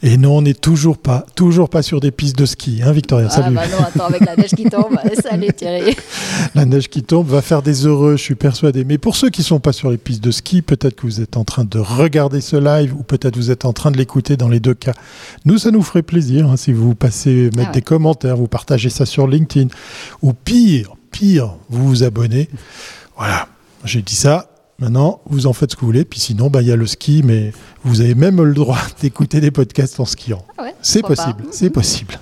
Et non, on n'est toujours pas sur des pistes de ski, hein, Victoria. Salut. Ah bah non, attends, avec la neige qui tombe. Salut Thierry. La neige qui tombe va faire des heureux, je suis persuadé. Mais pour ceux qui ne sont pas sur les pistes de ski, peut-être que vous êtes en train de regarder ce live ou peut-être vous êtes en train de l'écouter dans les deux cas. Nous, ça nous ferait plaisir hein, si vous passez mettre des commentaires, vous partagez ça sur LinkedIn ou pire, vous vous abonnez. Voilà, j'ai dit ça. Maintenant, vous en faites ce que vous voulez. Puis sinon, il y a le ski, mais vous avez même le droit d'écouter des podcasts en skiant. Ah ouais, c'est possible, c'est possible.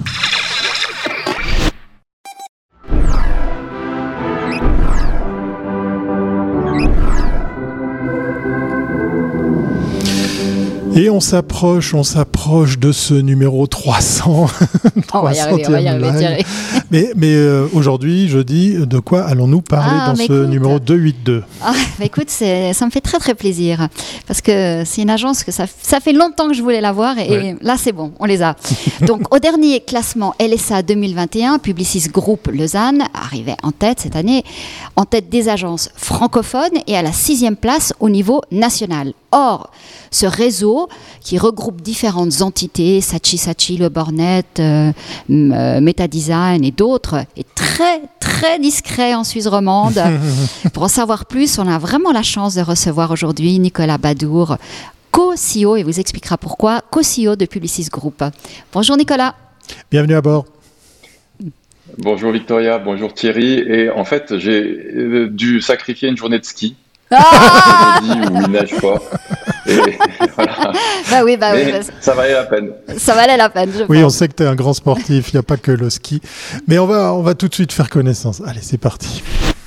Et on s'approche de ce numéro 300. On va y arriver, Thierry. Mais aujourd'hui, jeudi, de quoi allons-nous parler dans ce numéro 282 ? Écoute, ça me fait très très plaisir parce que c'est une agence que ça fait longtemps que je voulais la voir et là c'est bon, on les a. Donc au dernier classement LSA 2021, Publicis Group Lausanne arrivait en tête cette année, en tête des agences francophones et à la 6e place au niveau national. Or, ce réseau qui regroupe différentes entités, Saatchi, Le Bornet, Metadesign et d'autres, est très très discret en Suisse romande. Pour en savoir plus, on a vraiment la chance de recevoir aujourd'hui Nicolas Badour, co-CEO, et vous expliquera pourquoi, co-CEO de Publicis Group. Bonjour Nicolas. Bienvenue à bord. Bonjour Victoria, bonjour Thierry. Et en fait, j'ai dû sacrifier une journée de ski. Jeudi où il neige pas. Et voilà. Oui, ça valait la peine. Ça valait la peine, je pense. Oui, on sait que tu es un grand sportif, il n'y a pas que le ski. Mais on va tout de suite faire connaissance. Allez, c'est parti.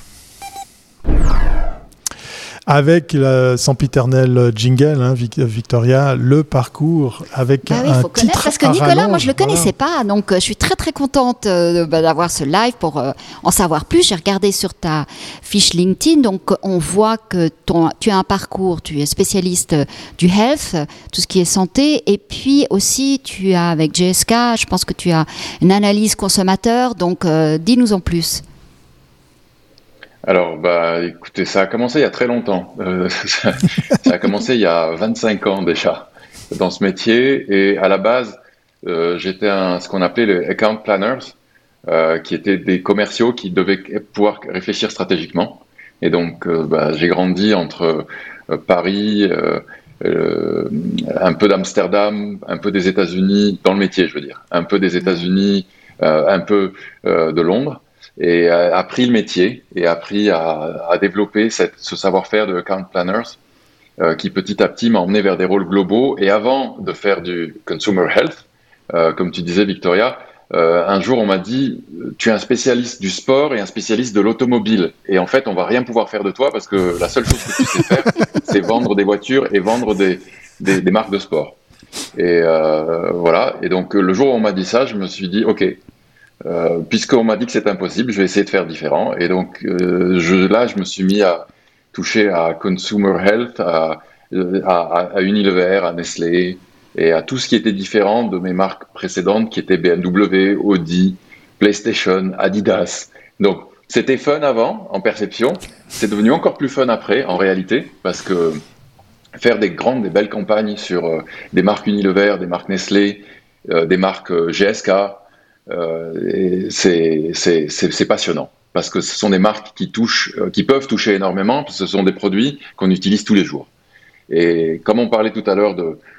Avec le sempiternel jingle, hein, Victoria, le parcours avec un faut titre parce que Nicolas, moi je le connaissais pas, donc je suis très très contente d'avoir ce live pour en savoir plus. J'ai regardé sur ta fiche LinkedIn, donc on voit que tu as un parcours, tu es spécialiste du health, tout ce qui est santé, et puis aussi tu as avec GSK, je pense que tu as une analyse consommateur, donc dis-nous en plus. Alors, écoutez, ça a commencé il y a très longtemps. Ça a commencé il y a 25 ans déjà dans ce métier. Et à la base, j'étais ce qu'on appelait les account planners, qui étaient des commerciaux qui devaient pouvoir réfléchir stratégiquement. Et donc, j'ai grandi entre Paris, un peu d'Amsterdam, un peu des États-Unis, dans le métier, je veux dire. Un peu des États-Unis, un peu de Londres. Et appris le métier et appris à développer ce savoir-faire de account planners qui petit à petit m'a emmené vers des rôles globaux. Et avant de faire du consumer health, comme tu disais Victoria, un jour on m'a dit tu es un spécialiste du sport et un spécialiste de l'automobile et en fait on va rien pouvoir faire de toi parce que la seule chose que tu sais faire c'est vendre des voitures et vendre des marques de sport. Et voilà, et donc le jour où on m'a dit ça, je me suis dit ok, puisqu'on m'a dit que c'était impossible, je vais essayer de faire différent. Et donc je me suis mis à toucher à Consumer Health, à Unilever, à Nestlé, et à tout ce qui était différent de mes marques précédentes, qui étaient BMW, Audi, PlayStation, Adidas. Donc c'était fun avant, en perception. C'est devenu encore plus fun après, en réalité, parce que faire des belles campagnes sur des marques Unilever, des marques Nestlé, des marques GSK, c'est passionnant parce que ce sont des marques qui peuvent toucher énormément parce que ce sont des produits qu'on utilise tous les jours. Et comme on parlait tout à l'heure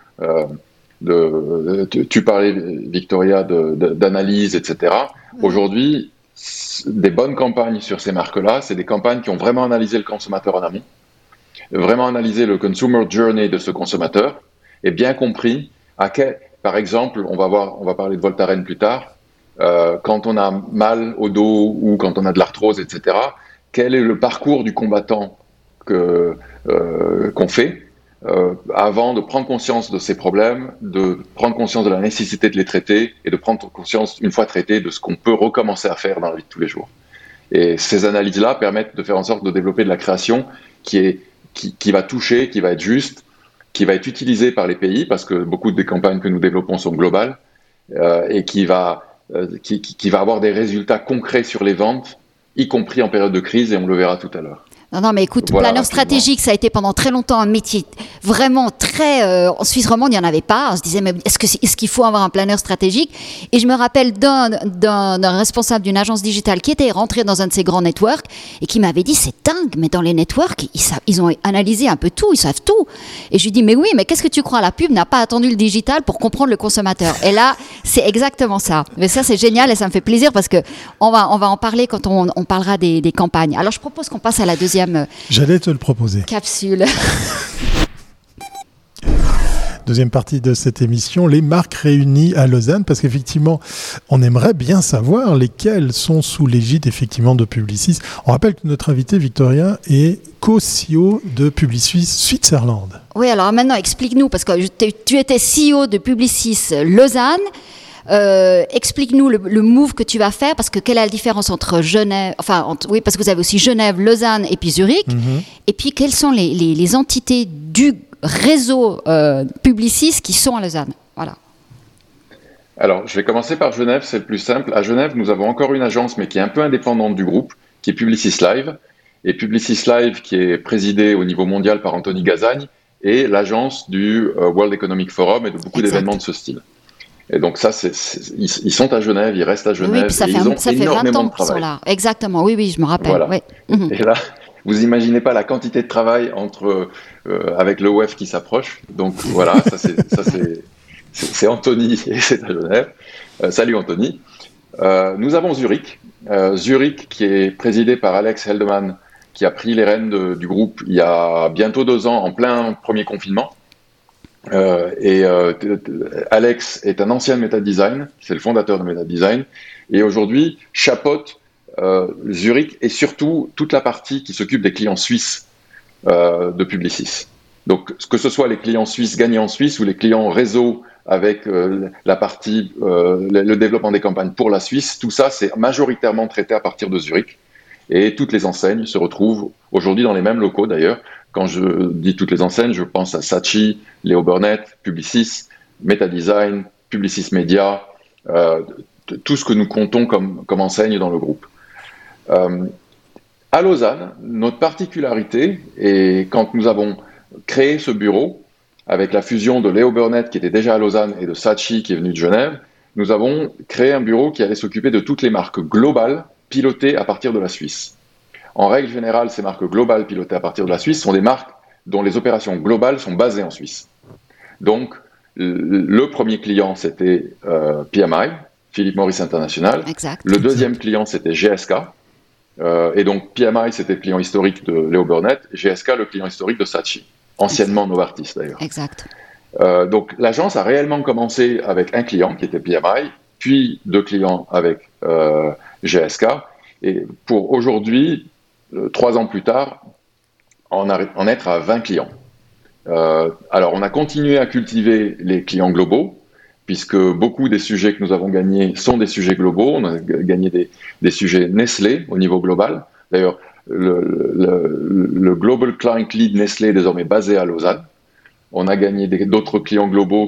tu parlais Victoria d'analyse, etc. Aujourd'hui, des bonnes campagnes sur ces marques-là, c'est des campagnes qui ont vraiment analysé le consommateur en amont, vraiment analysé le consumer journey de ce consommateur et bien compris par exemple, on va parler de Voltaren plus tard. Quand on a mal au dos ou quand on a de l'arthrose, etc., quel est le parcours du combattant qu'on fait avant de prendre conscience de ces problèmes, de prendre conscience de la nécessité de les traiter et de prendre conscience, une fois traités, de ce qu'on peut recommencer à faire dans la vie de tous les jours. Et ces analyses-là permettent de faire en sorte de développer de la création qui va toucher, qui va être juste, qui va être utilisée par les pays, parce que beaucoup des campagnes que nous développons sont globales, et qui va avoir des résultats concrets sur les ventes, y compris en période de crise, et on le verra tout à l'heure. Non, mais écoute, Voilà, planeur stratégique, ça a été pendant très longtemps un métier vraiment très... en Suisse romande, il n'y en avait pas. On se disait, mais est-ce qu'il faut avoir un planeur stratégique? Et je me rappelle d'un responsable d'une agence digitale qui était rentré dans un de ces grands networks et qui m'avait dit, c'est dingue, mais dans les networks, ils ont analysé un peu tout, ils savent tout. Et je lui dis, mais oui, mais qu'est-ce que tu crois? La pub n'a pas attendu le digital pour comprendre le consommateur. Et là, c'est exactement ça. Mais ça, c'est génial et ça me fait plaisir parce que on va en parler quand on parlera des campagnes. Alors, je propose qu'on passe à la deuxième... J'allais te le proposer. Capsule. Deuxième partie de cette émission, les marques réunies à Lausanne, parce qu'effectivement, on aimerait bien savoir lesquelles sont sous l'égide effectivement de Publicis. On rappelle que notre invité Victoria est co-CEO de Publicis Switzerland. Oui, alors maintenant explique-nous, parce que tu étais CEO de Publicis Lausanne. Explique-nous le move que tu vas faire, parce que quelle est la différence entre Genève, oui, parce que vous avez aussi Genève, Lausanne et puis Zurich, et puis quelles sont les entités du réseau Publicis qui sont à Lausanne. Voilà. Alors, je vais commencer par Genève, c'est le plus simple. À Genève, nous avons encore une agence, mais qui est un peu indépendante du groupe, qui est Publicis Live. Et Publicis Live, qui est présidée au niveau mondial par Anthony Gazagne, est l'agence du World Economic Forum et de beaucoup d'événements de ce style. Et donc ça, ils sont à Genève, ils restent à Genève, oui, ça fait 20 ans qu'ils sont là. Exactement, oui, je me rappelle. Voilà. Oui. Et là, vous imaginez pas la quantité de travail avec le WEF qui s'approche. Donc voilà, c'est Anthony et c'est à Genève. Salut Anthony. Nous avons Zurich. Zurich qui est présidé par Alex Heldeman, qui a pris les rênes du groupe il y a bientôt 2 ans, en plein premier confinement. Alex est un ancien de Meta Design, c'est le fondateur de Meta Design, et aujourd'hui chapeaute Zurich et surtout toute la partie qui s'occupe des clients suisses de Publicis. Donc que ce soit les clients suisses gagnés en Suisse ou les clients réseau avec la partie le développement des campagnes pour la Suisse, tout ça c'est majoritairement traité à partir de Zurich. Et toutes les enseignes se retrouvent aujourd'hui dans les mêmes locaux d'ailleurs. Quand je dis toutes les enseignes, je pense à Saatchi, Léo Burnett, Publicis, Meta Design, Publicis Media, tout ce que nous comptons comme enseigne dans le groupe. À Lausanne, notre particularité, et quand nous avons créé ce bureau, avec la fusion de Léo Burnett qui était déjà à Lausanne et de Saatchi qui est venu de Genève, nous avons créé un bureau qui allait s'occuper de toutes les marques globales pilotées à partir de la Suisse. En règle générale, ces marques globales pilotées à partir de la Suisse sont des marques dont les opérations globales sont basées en Suisse. Donc, le premier client, c'était PMI, Philip Morris International. Exact. Le deuxième client, c'était GSK. Et donc, PMI, c'était le client historique de Léo Burnett. GSK, le client historique de Saatchi. Anciennement Novartis, d'ailleurs. Exact. Donc, l'agence a réellement commencé avec un client, qui était PMI, puis 2 clients avec GSK. Et pour aujourd'hui, 3 ans plus tard, en être à 20 clients. Alors, on a continué à cultiver les clients globaux, puisque beaucoup des sujets que nous avons gagnés sont des sujets globaux. On a gagné des sujets Nestlé au niveau global. D'ailleurs, le Global Client Lead Nestlé est désormais basé à Lausanne. On a gagné d'autres clients globaux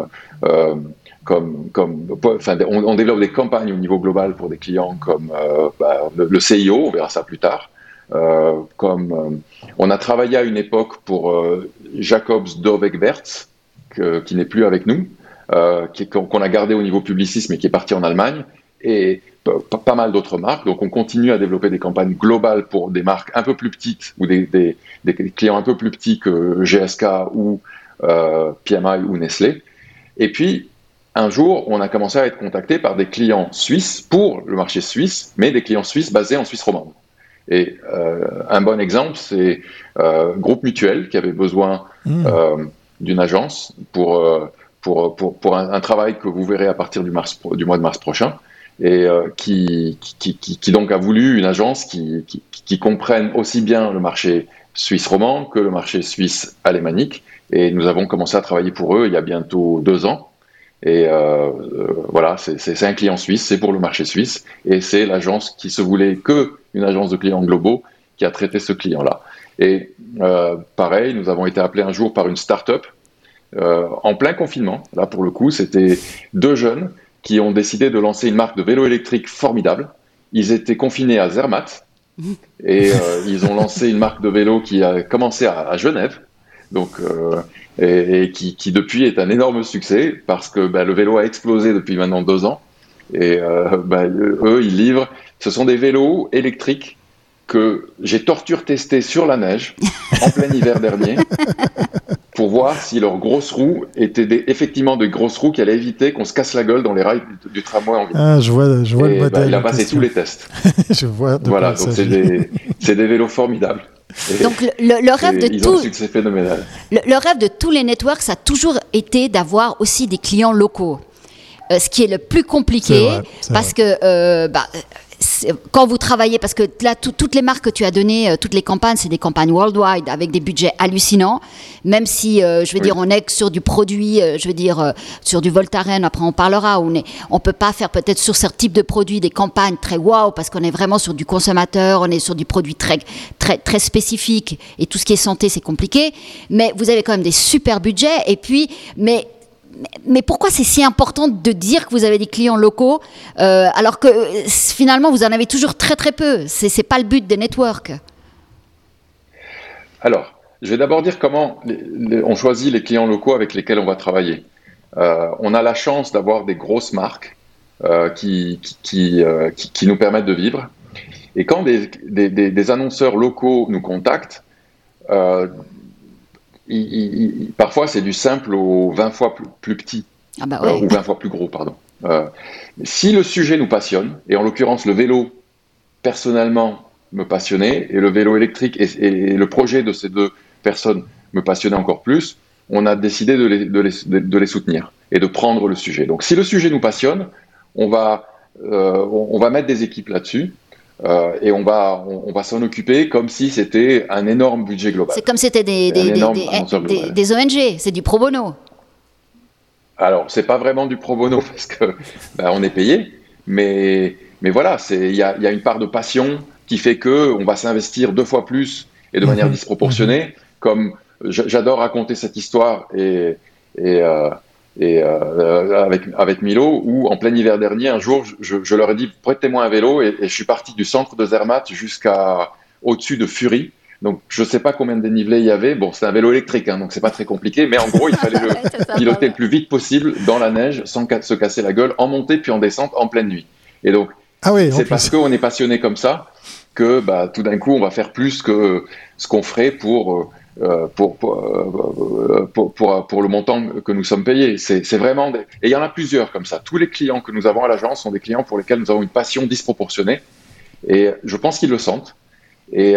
on développe des campagnes au niveau global pour des clients comme le CIO, on verra ça plus tard. On a travaillé à une époque pour Jacobs Douwe Egberts, qui n'est plus avec nous, qu'on a gardé au niveau Publicis, mais qui est parti en Allemagne, et pas mal d'autres marques. Donc on continue à développer des campagnes globales pour des marques un peu plus petites, ou des clients un peu plus petits que GSK ou PMI ou Nestlé. Et puis, un jour, on a commencé à être contacté par des clients suisses pour le marché suisse, mais des clients suisses basés en Suisse romande. Et un bon exemple, c'est Groupe Mutuel qui avait besoin d'une agence pour un travail que vous verrez à partir du mois de mars prochain, et qui donc a voulu une agence qui comprenne aussi bien le marché suisse romand que le marché suisse alémanique. Et nous avons commencé à travailler pour eux il y a bientôt 2 ans. Et voilà, c'est un client suisse, c'est pour le marché suisse, et c'est l'agence qui se voulait qu'une agence de clients globaux qui a traité ce client-là. Et pareil, nous avons été appelés un jour par une start-up en plein confinement. Là, pour le coup, c'était 2 jeunes qui ont décidé de lancer une marque de vélo électrique formidable. Ils étaient confinés à Zermatt, Et ils ont lancé une marque de vélo qui a commencé à Genève, donc, et qui depuis est un énorme succès parce que le vélo a explosé depuis maintenant 2 ans. Et eux, ils livrent. Ce sont des vélos électriques que j'ai torture testé sur la neige en plein hiver dernier pour voir si leurs grosses roues étaient effectivement de grosses roues qui allaient éviter qu'on se casse la gueule dans les rails du tramway en ville. Ah, je vois le modèle. Il a passé tous les tests. Je vois. Voilà, donc c'est des vélos formidables. Et Donc le rêve de ils ont un succès phénoménal. Le rêve de tous les networks, ça a toujours été d'avoir aussi des clients locaux. Ce qui est le plus compliqué, parce que quand vous travaillez, parce que là, toutes les marques que tu as données, toutes les campagnes, c'est des campagnes worldwide avec des budgets hallucinants, même si, dire, on est sur du produit, sur du Voltaren, après on parlera, on peut pas faire peut-être sur ce type de produit des campagnes très wow, parce qu'on est vraiment sur du consommateur, on est sur du produit très, très, très spécifique, et tout ce qui est santé, c'est compliqué, mais vous avez quand même des super budgets, et puis, mais pourquoi c'est si important de dire que vous avez des clients locaux alors que finalement vous en avez toujours très très peu? C'est pas le but des networks. Alors, je vais d'abord dire comment on choisit les clients locaux avec lesquels on va travailler. On a la chance d'avoir des grosses marques qui nous permettent de vivre. Et quand des annonceurs locaux nous contactent, parfois, c'est du simple au 20 fois plus petit, ou 20 fois plus gros, pardon. Si le sujet nous passionne, et en l'occurrence, le vélo, personnellement, me passionnait, et le vélo électrique et le projet de ces 2 personnes me passionnaient encore plus, on a décidé de les soutenir et de prendre le sujet. Donc, si le sujet nous passionne, on va mettre des équipes là-dessus. Et on va s'en occuper comme si c'était un énorme budget global. C'est comme si c'était des ONG, c'est du pro bono. Alors, c'est pas vraiment du pro bono parce que on est payé, mais voilà, il y a une part de passion qui fait que on va s'investir 2 fois plus et de manière disproportionnée. Comme j'adore raconter cette histoire avec Milo, où en plein hiver dernier, un jour, je leur ai dit prêtez-moi un vélo, et je suis parti du centre de Zermatt jusqu'à au-dessus de Fury. Donc je ne sais pas combien de dénivelé il y avait. Bon, c'est un vélo électrique, hein, donc c'est pas très compliqué, mais en gros, il fallait le piloter le plus vite possible dans la neige, sans se casser la gueule, en montée puis en descente, en pleine nuit. Et donc, c'est parce qu'on est passionné comme ça que tout d'un coup, on va faire plus que ce qu'on ferait pour le montant que nous sommes payés. C'est vraiment et il y en a plusieurs comme ça. Tous les clients que nous avons à l'agence sont des clients pour lesquels nous avons une passion disproportionnée, et je pense qu'ils le sentent. Et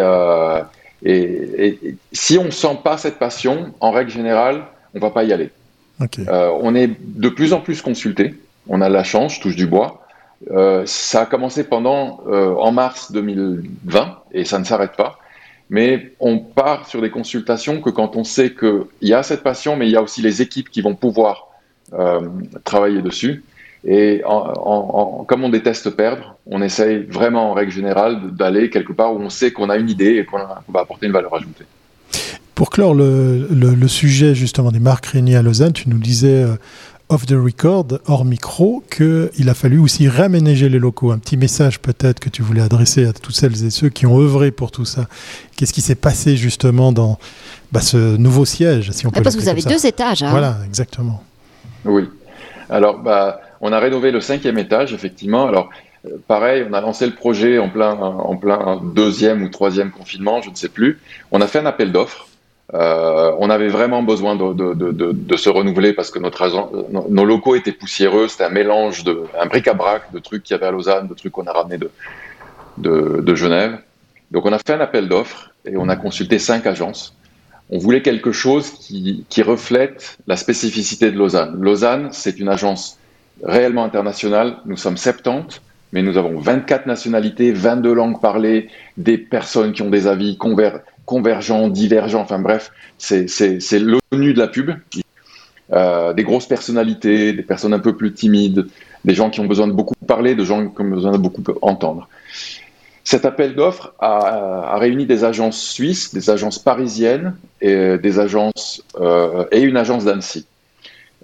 si on ne sent pas cette passion, en règle générale, on ne va pas y aller. Okay. On est de plus en plus consulté. On a de la chance, je touche du bois. Ça a commencé en mars 2020 et ça ne s'arrête pas. Mais on part sur des consultations que quand on sait qu'il y a cette passion, mais il y a aussi les équipes qui vont pouvoir travailler dessus. Et comme on déteste perdre, on essaye vraiment en règle générale d'aller quelque part où on sait qu'on a une idée et qu'on va apporter une valeur ajoutée. Pour clore le sujet justement des marques réunies à Lausanne, tu nous disais off the record, hors micro, qu'il a fallu aussi réaménager les locaux. Un petit message peut-être que tu voulais adresser à toutes celles et ceux qui ont œuvré pour tout ça. Qu'est-ce qui s'est passé justement dans ce nouveau siège, si on peut parce que vous avez 2 étages. Hein. Voilà, exactement. Oui. Alors, on a rénové le 5e étage, effectivement. Alors, pareil, on a lancé le projet en plein 2e ou 3e confinement, je ne sais plus. On a fait un appel d'offres. On avait vraiment besoin de se renouveler parce que nos locaux étaient poussiéreux. C'était un mélange un bric-à-brac de trucs qu'il y avait à Lausanne, de trucs qu'on a ramenés de Genève. Donc, on a fait un appel d'offres et on a consulté 5 agences. On voulait quelque chose qui reflète la spécificité de Lausanne. Lausanne, c'est une agence réellement internationale. Nous sommes 70, mais nous avons 24 nationalités, 22 langues parlées, des personnes qui ont des avis convergents, divergents, enfin bref, c'est l'ONU de la pub. Des grosses personnalités, des personnes un peu plus timides, des gens qui ont besoin de beaucoup parler, des gens qui ont besoin de beaucoup entendre. Cet appel d'offres a réuni des agences suisses, des agences parisiennes et des agences et une agence d'Annecy.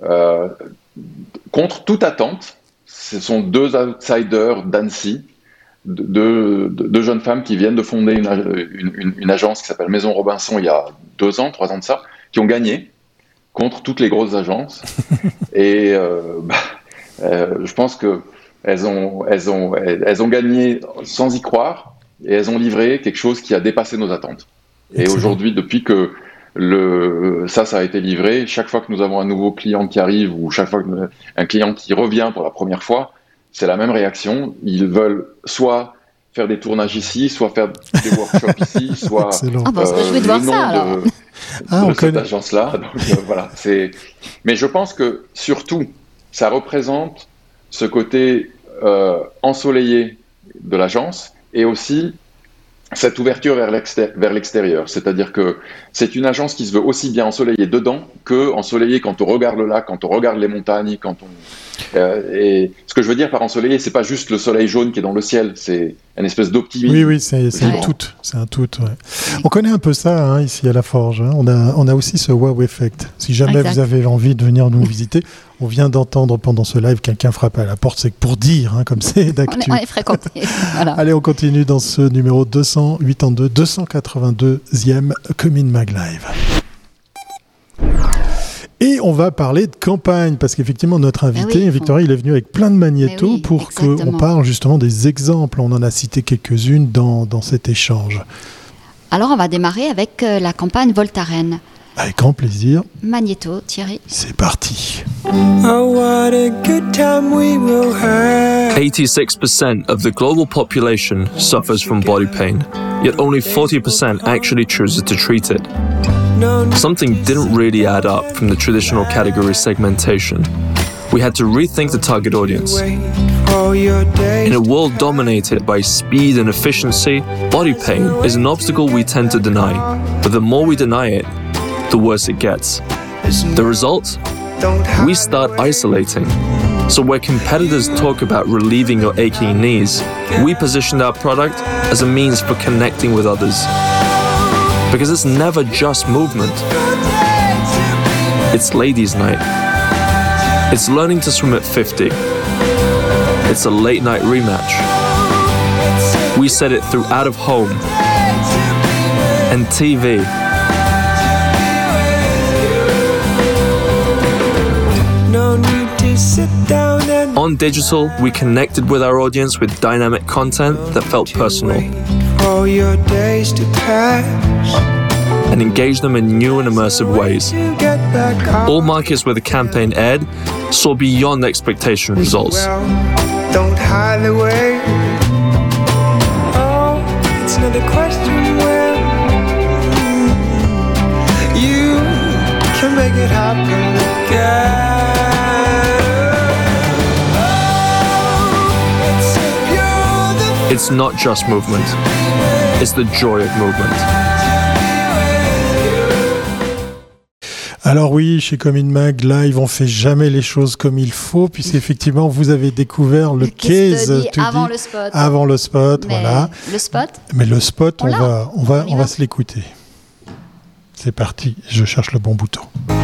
Contre toute attente, ce sont 2 outsiders d'Annecy deux jeunes femmes qui viennent de fonder une agence qui s'appelle Maison Robinson il y a 3 ans de ça, qui ont gagné contre toutes les grosses agences. Et je pense qu'elles ont gagné sans y croire, et elles ont livré quelque chose qui a dépassé nos attentes. Et aujourd'hui, depuis que ça a été livré, chaque fois que nous avons un nouveau client qui arrive, ou chaque fois un client qui revient pour la première fois, c'est la même réaction. Ils veulent soit faire des tournages ici, soit faire des workshops ici, soit je vais devoir de cette agence-là. Donc, voilà. Mais je pense que surtout, ça représente ce côté ensoleillé de l'agence, et aussi cette ouverture vers l'extérieur. C'est-à-dire que c'est une agence qui se veut aussi bien ensoleillée dedans que ensoleillée quand on regarde le lac, quand on regarde les montagnes, et ce que je veux dire par ensoleillé, c'est pas juste le soleil jaune qui est dans le ciel, c'est une espèce d'optimisme. Oui, c'est un tout. Ouais. On connaît un peu ça ici à la Forge. On a aussi ce wow effect. Si jamais vous avez envie de venir nous visiter, on vient d'entendre pendant ce live quelqu'un frapper à la porte, c'est pour dire, comme c'est d'actu. On est fréquenté. Voilà. Allez, on continue dans ce numéro 282e Comin Mag Live. Et on va parler de campagne, parce qu'effectivement, notre invité, Victoria, il est venu avec plein de magnétos pour qu'on parle justement des exemples. On en a cité quelques-unes dans cet échange. Alors, on va démarrer avec la campagne Voltaren. Avec grand plaisir. Magnéto, Thierry. C'est parti. Oh, what a good time we will have. 86% of the global population suffers from body pain, yet only 40% actually chooses to treat it. Something didn't really add up from the traditional category segmentation. We had to rethink the target audience. In a world dominated by speed and efficiency, body pain is an obstacle we tend to deny, but the more we deny it, the worse it gets. The result? We start isolating. So where competitors talk about relieving your aching knees, we positioned our product as a means for connecting with others. Because it's never just movement. It's ladies' night. It's learning to swim at 50. It's a late night rematch. We said it through out of home and TV. On digital, we connected with our audience with dynamic content that felt personal and engaged them in new and immersive ways. All markets where the campaign aired saw beyond expectation results. Don't hide away. Oh, it's another question where you can make it happen again. It's not just movement. It's the joy of movement. Alors oui, chez Comin Mag Live, on fait jamais les choses comme il faut, puisqu'effectivement, vous avez découvert le case avant le spot. Avant le spot, voilà. Le spot. Mais le spot, on va se l'écouter. C'est parti, je cherche le bon bouton.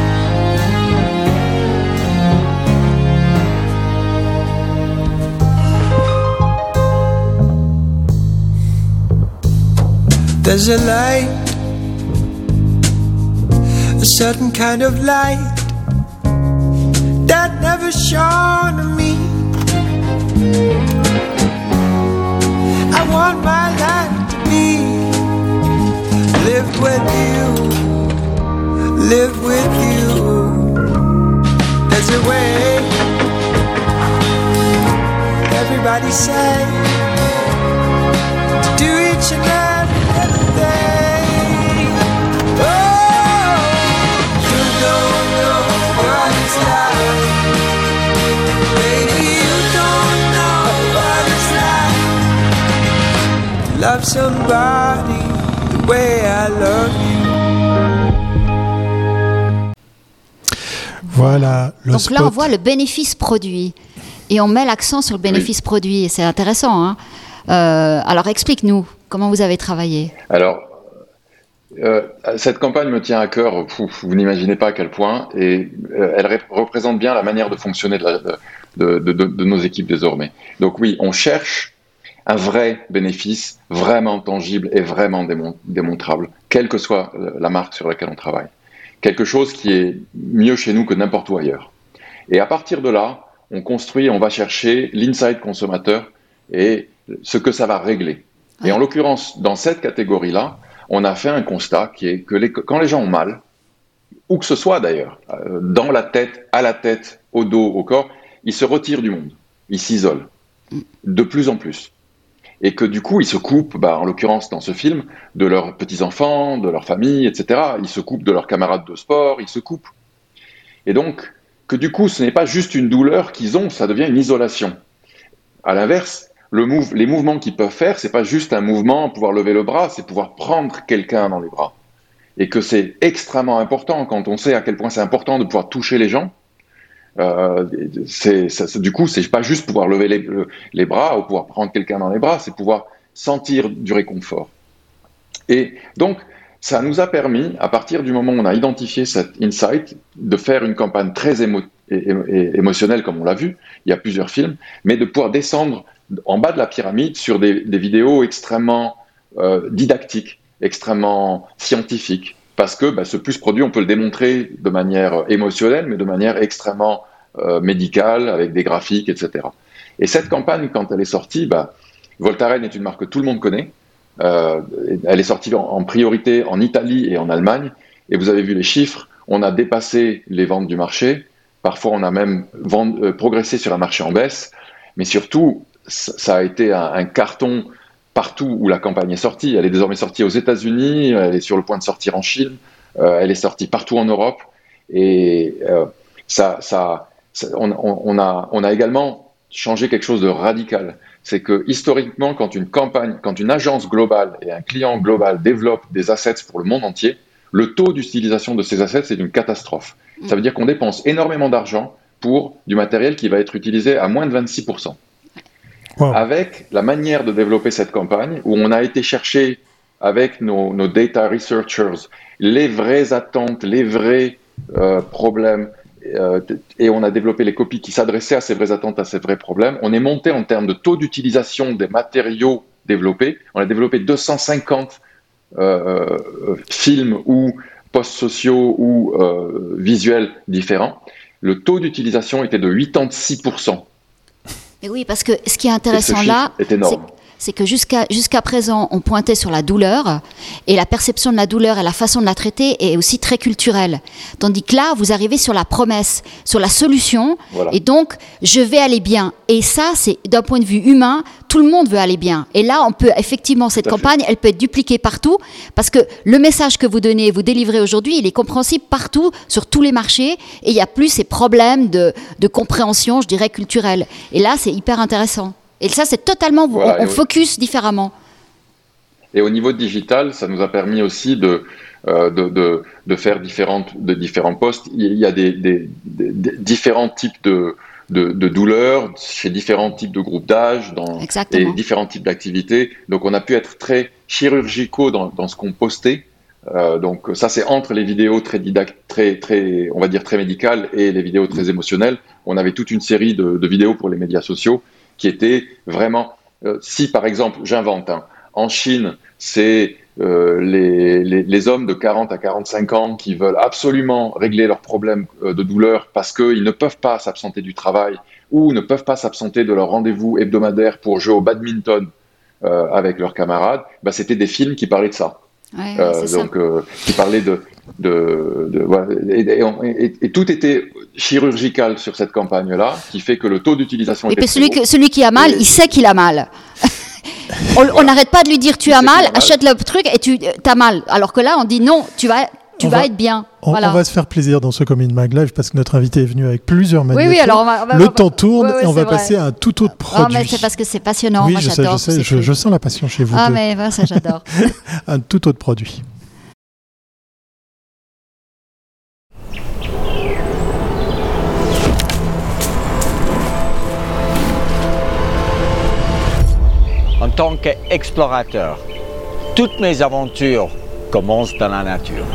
There's a light, a certain kind of light that never shone on me. I want my life to be lived with you. There's a way, everybody say, to do each and every day. Oh, you don't know what it's like. Baby, you don't know what it's like to love somebody the way I love you. Voilà, donc spot. là, on voit le bénéfice produit. Et on met l'accent sur le bénéfice produit. Et c'est intéressant. Alors, explique-nous, comment vous avez travaillé ? Alors, cette campagne me tient à cœur, vous n'imaginez pas à quel point, et elle représente bien la manière de fonctionner de nos équipes désormais. Donc oui, on cherche un vrai bénéfice vraiment tangible et vraiment démontrable, quelle que soit la marque sur laquelle on travaille. Quelque chose qui est mieux chez nous que n'importe où ailleurs. Et à partir de là, on construit, on va chercher l'insight consommateur et ce que ça va régler. Et en l'occurrence, dans cette catégorie-là, on a fait un constat qui est que quand les gens ont mal, où que ce soit d'ailleurs, dans la tête, à la tête, au dos, au corps, ils se retirent du monde, ils s'isolent, de plus en plus. Et que du coup, ils se coupent, en l'occurrence dans ce film, de leurs petits-enfants, de leur famille, etc. Ils se coupent de leurs camarades de sport, ils se coupent. Et donc, que du coup, ce n'est pas juste une douleur qu'ils ont, ça devient une isolation. À l'inverse, les mouvements qu'ils peuvent faire, c'est pas juste un mouvement, pouvoir lever le bras, c'est pouvoir prendre quelqu'un dans les bras. Et que c'est extrêmement important quand on sait à quel point c'est important de pouvoir toucher les gens. Du coup, c'est pas juste pouvoir lever les bras ou pouvoir prendre quelqu'un dans les bras, c'est pouvoir sentir du réconfort. Et donc, ça nous a permis, à partir du moment où on a identifié cet insight, de faire une campagne très émotionnelle, comme on l'a vu, il y a plusieurs films, mais de pouvoir descendre en bas de la pyramide sur des vidéos extrêmement didactiques, extrêmement scientifiques, parce que ce plus produit, on peut le démontrer de manière émotionnelle, mais de manière extrêmement médicale, avec des graphiques, etc. Et cette campagne, quand elle est sortie, Voltaren est une marque que tout le monde connaît. Elle est sortie en priorité en Italie et en Allemagne, et vous avez vu les chiffres, on a dépassé les ventes du marché, parfois on a même progressé sur un marché en baisse, mais surtout, ça a été un carton partout où la campagne est sortie. Elle est désormais sortie aux États-Unis, elle est sur le point de sortir en Chine, elle est sortie partout en Europe, et on a également changé quelque chose de radical. C'est que historiquement, quand une agence globale et un client global développent des assets pour le monde entier, le taux d'utilisation de ces assets est une catastrophe. Ça veut dire qu'on dépense énormément d'argent pour du matériel qui va être utilisé à moins de 26%. Wow. Avec la manière de développer cette campagne, où on a été chercher avec nos data researchers les vraies attentes, les vrais problèmes, et on a développé les copies qui s'adressaient à ces vraies attentes, à ces vrais problèmes. On est monté en termes de taux d'utilisation des matériaux développés. On a développé 250 films ou posts sociaux ou visuels différents. Le taux d'utilisation était de 86%. Mais oui, parce que ce qui est intéressant là, c'est que jusqu'à présent, on pointait sur la douleur, et la perception de la douleur et la façon de la traiter est aussi très culturelle. Tandis que là, vous arrivez sur la promesse, sur la solution, voilà. Et donc, je vais aller bien. Et ça, c'est d'un point de vue humain, tout le monde veut aller bien. Et là, on peut effectivement, cette campagne, elle peut être dupliquée partout, parce que le message que vous donnez, vous délivrez aujourd'hui, il est compréhensible partout, sur tous les marchés, et il n'y a plus ces problèmes de compréhension, je dirais, culturelle. Et là, c'est hyper intéressant. Et ça, c'est totalement, voilà, on focus différemment. Et au niveau digital, ça nous a permis aussi de faire différents posts. Il y a des différents types de douleurs chez différents types de groupes d'âge, et différents types d'activités. Donc, on a pu être très chirurgicaux dans ce qu'on postait. Donc, ça, c'est entre les vidéos très on va dire très médicales et les vidéos très émotionnelles. On avait toute une série de vidéos pour les médias sociaux qui étaient vraiment, si par exemple, j'invente, en Chine, c'est les hommes de 40 à 45 ans qui veulent absolument régler leurs problèmes de douleur parce qu'ils ne peuvent pas s'absenter du travail ou ne peuvent pas s'absenter de leur rendez-vous hebdomadaire pour jouer au badminton avec leurs camarades, c'était des films qui parlaient de ça. Ouais, qui parlaient voilà, et tout était chirurgical sur cette campagne-là, qui fait que le taux d'utilisation était très haut. Celui qui a mal, il sait qu'il a mal. On n'arrête pas de lui dire tu as mal, achète le truc et tu as mal. Alors que là, on dit non, tu vas être bien. Voilà. On va se faire plaisir dans ce Coming Mag Live parce que notre invité est venu avec plusieurs magnétos. Oui, alors le temps tourne et on va passer à un tout autre produit. Mais c'est parce que c'est passionnant. Oui, moi, je sais, je sens la passion chez vous deux. Mais ça, j'adore. Un tout autre produit. En tant qu'explorateur, toutes mes aventures commencent dans la nature.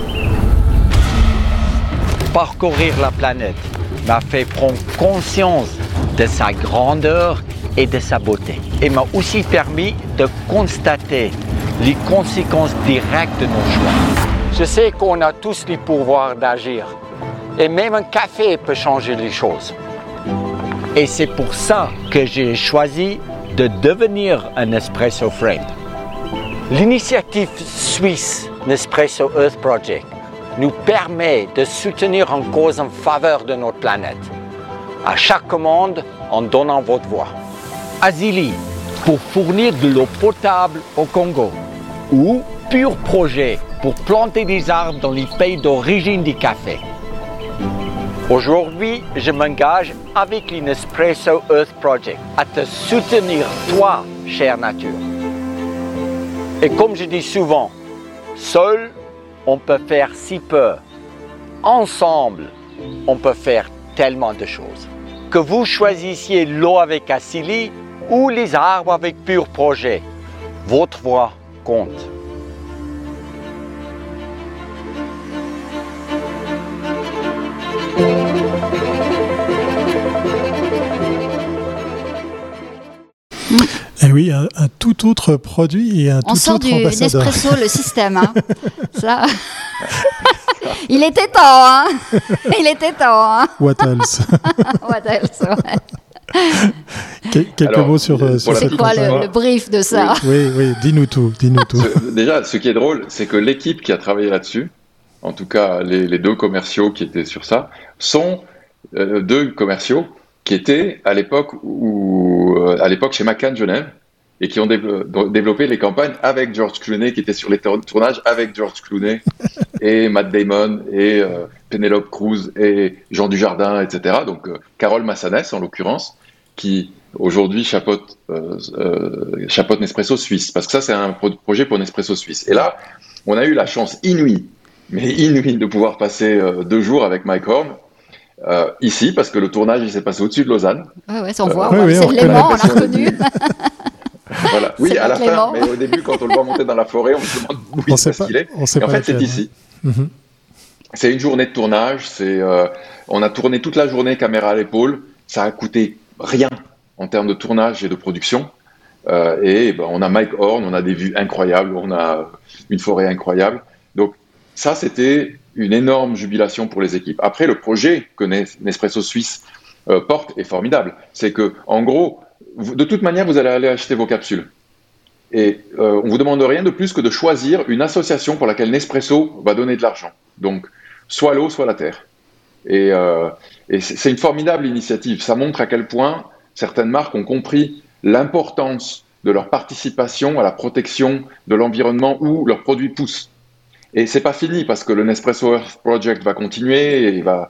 Parcourir la planète m'a fait prendre conscience de sa grandeur et de sa beauté. Et m'a aussi permis de constater les conséquences directes de nos choix. Je sais qu'on a tous les pouvoirs d'agir. Et même un café peut changer les choses. Et c'est pour ça que j'ai choisi de devenir un Nespresso Friend. L'initiative suisse Nespresso Earth Project nous permet de soutenir une cause en faveur de notre planète. À chaque commande, en donnant votre voix. Azili, pour fournir de l'eau potable au Congo. Ou Pur Projet, pour planter des arbres dans les pays d'origine du café. Aujourd'hui, je m'engage avec le Nespresso Earth Project à te soutenir, toi, chère nature. Et comme je dis souvent, seul, on peut faire si peu. Ensemble, on peut faire tellement de choses. Que vous choisissiez l'eau avec Azili ou les arbres avec Pur Projet, votre voix compte. Et oui, un tout autre produit et un tout autre ambassadeur. On sort du Nespresso, le système. Hein. Ça... Il était temps, hein. Il était temps, hein. What else? What else, ouais. Quelques mots sur c'est quoi le brief de ça? Oui, dis-nous tout. Déjà, ce qui est drôle, c'est que l'équipe qui a travaillé là-dessus, en tout cas les deux commerciaux qui étaient sur ça, sont deux commerciaux qui étaient à l'époque chez McCann Genève et qui ont développé les campagnes avec George Clooney, qui était sur les tournages avec George Clooney et Matt Damon et Penelope Cruz et Jean Dujardin, etc. Donc Carole Massanès en l'occurrence, qui aujourd'hui chapeaute Nespresso Suisse, parce que ça c'est un projet pour Nespresso Suisse. Et là, on a eu la chance inouïe de pouvoir passer 2 jours avec Mike Horn ici, parce que le tournage il s'est passé au-dessus de Lausanne. Ouais, ça on voit, c'est de Léman, on l'a reconnu. Voilà. Oui, à la fin, mais au début, quand on le voit monter dans la forêt, on se demande où il qu'il est. Et en fait, c'est ici. Mm-hmm. C'est une journée de tournage. On a tourné toute la journée, caméra à l'épaule. Ça a coûté rien en termes de tournage et de production. On a Mike Horn, on a des vues incroyables, on a une forêt incroyable. Donc ça, c'était une énorme jubilation pour les équipes. Après, le projet que Nespresso Suisse porte est formidable. C'est que, en gros, de toute manière, vous allez aller acheter vos capsules. Et on ne vous demande rien de plus que de choisir une association pour laquelle Nespresso va donner de l'argent. Donc, soit l'eau, soit la terre. Et c'est une formidable initiative. Ça montre à quel point certaines marques ont compris l'importance de leur participation à la protection de l'environnement où leurs produits poussent. Et c'est pas fini, parce que le Nespresso Earth Project va continuer, et il va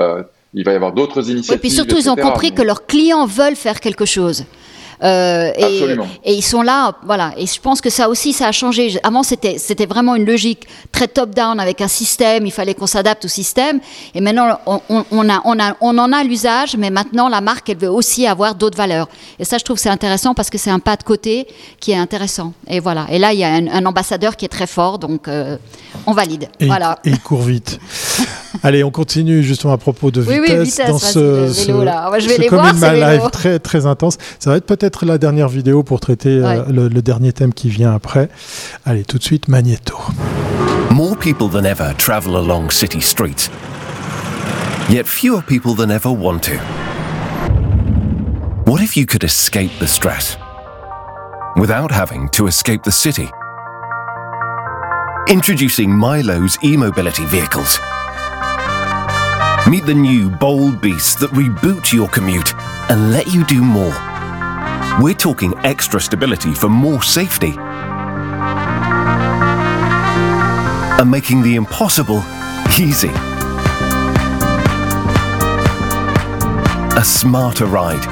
y avoir d'autres initiatives. Et puis surtout, ils ont compris que leurs clients veulent faire quelque chose. Absolument. Et ils sont là, voilà. Et je pense que ça aussi, ça a changé. Avant, c'était vraiment une logique très top-down avec un système. Il fallait qu'on s'adapte au système. Et maintenant, on en a l'usage, mais maintenant, la marque, elle veut aussi avoir d'autres valeurs. Et ça, je trouve que c'est intéressant parce que c'est un pas de côté qui est intéressant. Et voilà. Et là, il y a un ambassadeur qui est très fort, donc on valide. Et il court vite. Allez, on continue justement à propos de vitesse. Oui, vitesse dans ce vélo là. Je vais les voir, ces vélos. live très très intense. Ça va être peut-être la dernière vidéo pour traiter le dernier thème qui vient après. Allez, tout de suite, Magnéto. More people than ever travel along city streets. Yet fewer people than ever want to. What if you could escape the stress without having to escape the city? Introducing Milo's e-mobility vehicles. Meet the new bold beasts that reboot your commute and let you do more. We're talking extra stability for more safety and making the impossible easy. A smarter ride.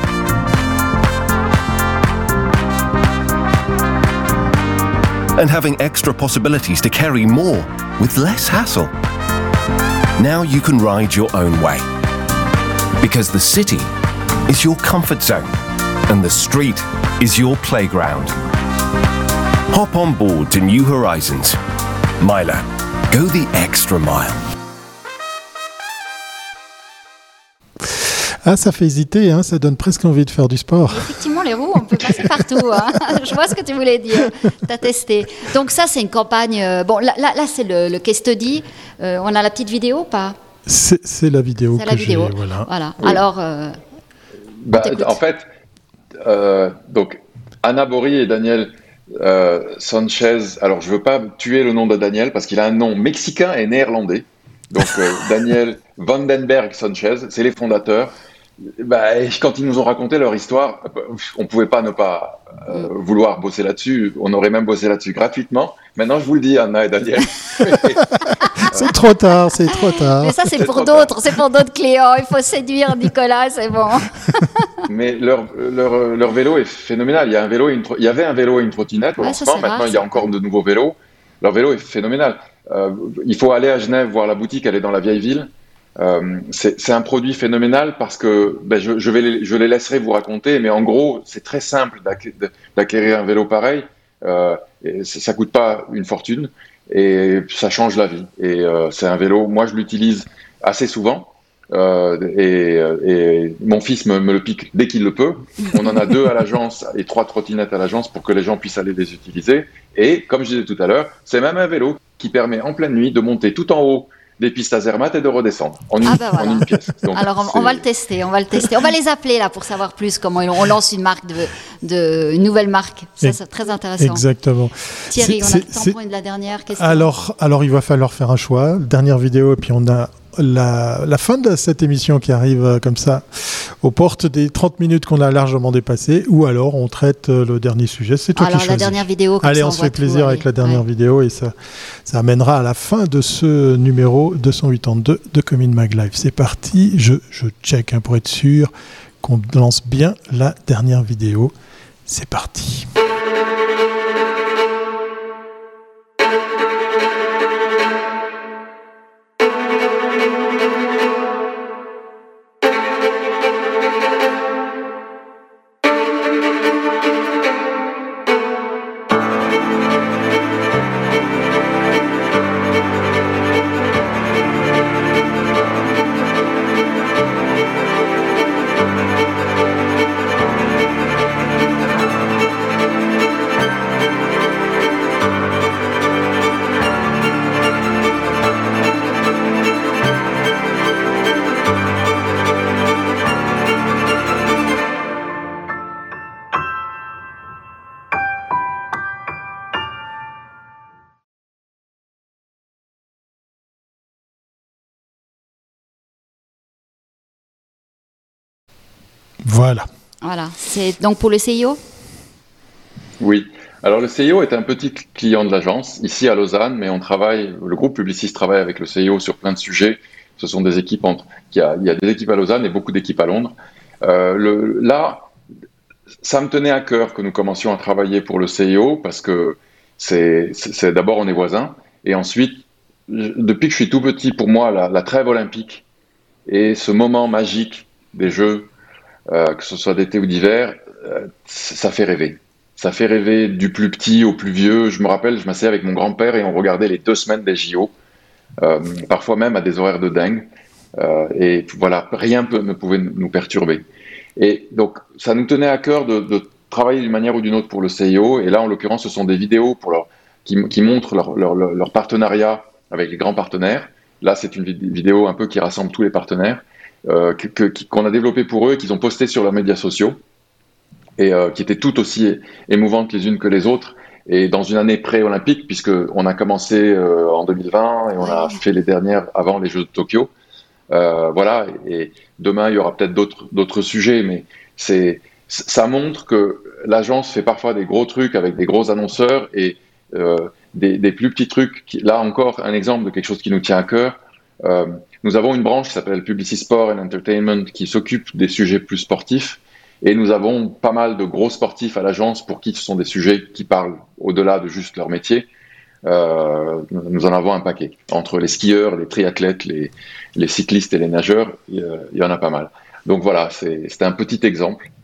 And having extra possibilities to carry more with less hassle. Now you can ride your own way. Because the city is your comfort zone and the street is your playground. Hop on board to New Horizons. Milo, go the extra mile. Ah, ça fait hésiter, hein, ça donne presque envie de faire du sport. Effectivement, les roues, on peut passer partout. Hein. Je vois ce que tu voulais dire. Tu as testé. Donc ça, c'est une campagne... Bon, là c'est le case study. On a la petite vidéo ou pas ? C'est la vidéo c'est la vidéo. j'ai. Voilà. Oui. Alors, en fait, donc, Anna Bori et Daniel Sanchez... Alors, je ne veux pas tuer le nom de Daniel parce qu'il a un nom mexicain et néerlandais. Donc, Daniel Vandenberg Sanchez, c'est les fondateurs. Quand ils nous ont raconté leur histoire, on ne pouvait pas ne pas vouloir bosser là-dessus. On aurait même bossé là-dessus gratuitement. Maintenant, je vous le dis, Anna et Daniel. C'est trop tard. Mais ça, c'est pour d'autres clients. Il faut séduire Nicolas, c'est bon. Mais leur vélo est phénoménal. Il y avait un vélo et une trottinette. Maintenant, il y a encore de nouveaux vélos. Leur vélo est phénoménal. Il faut aller à Genève voir la boutique. Elle est dans la vieille ville. C'est un produit phénoménal parce que je les laisserai vous raconter, mais en gros, c'est très simple d'acquérir un vélo pareil. Et ça coûte pas une fortune et ça change la vie. Et c'est un vélo, moi je l'utilise assez souvent et mon fils me le pique dès qu'il le peut. On en a 2 à l'agence et 3 trottinettes à l'agence pour que les gens puissent aller les utiliser. Et comme je disais tout à l'heure, c'est même un vélo qui permet en pleine nuit de monter tout en haut des pistes à Zermatt et de redescendre en une pièce. Donc, alors on va le tester. On va les appeler là pour savoir plus comment on lance une marque une nouvelle marque. Ça, c'est très intéressant. Exactement. Thierry, on a le temps pour la dernière question. Alors il va falloir faire un choix. Dernière vidéo et puis on a la fin de cette émission qui arrive comme ça aux portes des 30 minutes qu'on a largement dépassées, ou alors on traite le dernier sujet. C'est toi qui choisis. Alors la dernière vidéo. Allez, on se fait plaisir avec la dernière vidéo et ça amènera à la fin de ce numéro 282 de Comin Mag Live. C'est parti, je check pour être sûr qu'on lance bien la dernière vidéo. C'est parti. Voilà. C'est donc pour le CIO ? Oui. Alors le CIO est un petit client de l'agence, ici à Lausanne, mais le groupe Publicis travaille avec le CIO sur plein de sujets. Ce sont des équipes il y a des équipes à Lausanne et beaucoup d'équipes à Londres. Là, ça me tenait à cœur que nous commencions à travailler pour le CIO parce que c'est d'abord on est voisins et ensuite, depuis que je suis tout petit, pour moi, la trêve olympique et ce moment magique des Jeux, que ce soit d'été ou d'hiver, ça fait rêver. Ça fait rêver du plus petit au plus vieux. Je me rappelle, je m'asseyais avec mon grand-père et on regardait les 2 semaines des JO, parfois même à des horaires de dingue. Et voilà, rien ne pouvait nous perturber. Et donc, ça nous tenait à cœur de travailler d'une manière ou d'une autre pour le CIO. Et là, en l'occurrence, ce sont des vidéos qui montrent leur partenariat avec les grands partenaires. Là, c'est une vidéo un peu qui rassemble tous les partenaires. Qu'on a développé pour eux et qu'ils ont posté sur leurs médias sociaux et qui étaient toutes aussi émouvantes les unes que les autres et dans une année pré-olympique puisqu'on a commencé en 2020 et on a fait les dernières avant les Jeux de Tokyo. Voilà, et demain il y aura peut-être d'autres sujets, mais ça montre que l'agence fait parfois des gros trucs avec des gros annonceurs et des plus petits trucs. Là encore, un exemple de quelque chose qui nous tient à cœur. Nous avons une branche qui s'appelle Publicis Sport and Entertainment qui s'occupe des sujets plus sportifs et nous avons pas mal de gros sportifs à l'agence pour qui ce sont des sujets qui parlent au-delà de juste leur métier. Nous en avons un paquet. Entre les skieurs, les triathlètes, les cyclistes et les nageurs, il y en a pas mal. Donc voilà, c'était un petit exemple.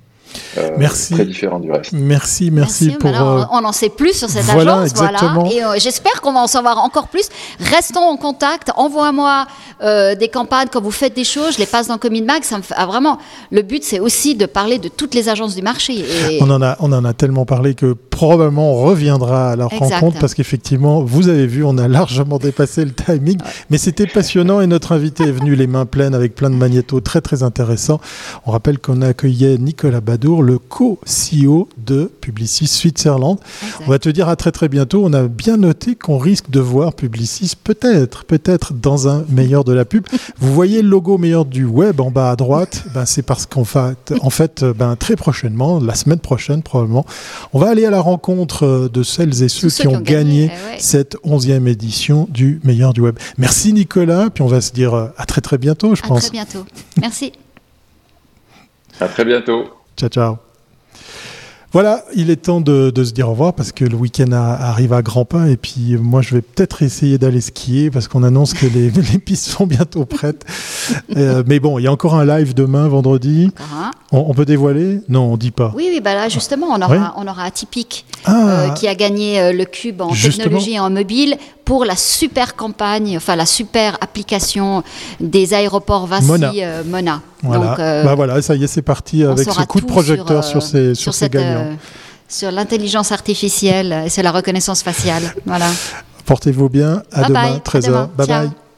très différent du reste. Merci pour... on en sait plus sur cette voilà, agence. Exactement. Voilà. Et j'espère qu'on va en savoir encore plus. Restons en contact. Envoie-moi des campagnes quand vous faites des choses. Je les passe dans Commit Mag. Ça me fait, vraiment, le but, c'est aussi de parler de toutes les agences du marché. Et... On en a tellement parlé que probablement on reviendra à la rencontre parce qu'effectivement, vous avez vu, on a largement dépassé le timing. Ouais. Mais c'était passionnant et notre invité est venu les mains pleines avec plein de magnétos très très intéressants. On rappelle qu'on accueillait Nicolas Badour, le co-CEO de Publicis Switzerland. Exact. On va te dire à très très bientôt. On a bien noté qu'on risque de voir Publicis peut-être dans un meilleur de la pub. Vous voyez le logo meilleur du web en bas à droite, c'est parce qu'en fait, très prochainement, la semaine prochaine probablement, on va aller à la rencontre de celles et ceux qui ont gagné cette 11e édition du meilleur du web. Merci Nicolas, puis on va se dire à très très bientôt, je pense. À très bientôt. Merci. À très bientôt. Ciao. Voilà, il est temps de se dire au revoir parce que le week-end arrive à grands pas et puis moi je vais peut-être essayer d'aller skier parce qu'on annonce que les pistes sont bientôt prêtes. Mais bon, il y a encore un live demain, vendredi. On peut dévoiler ? Non, on dit pas. Oui, là justement, on aura Atypique qui a gagné le cube en technologie et en mobile pour la super campagne, la super application des aéroports Vinci Mona. Voilà. Donc, voilà, ça y est, c'est parti avec ce coup de projecteur sur ces gagnants. Sur l'intelligence artificielle et sur la reconnaissance faciale. Voilà. Portez-vous bien. À demain, 13h. Bye bye.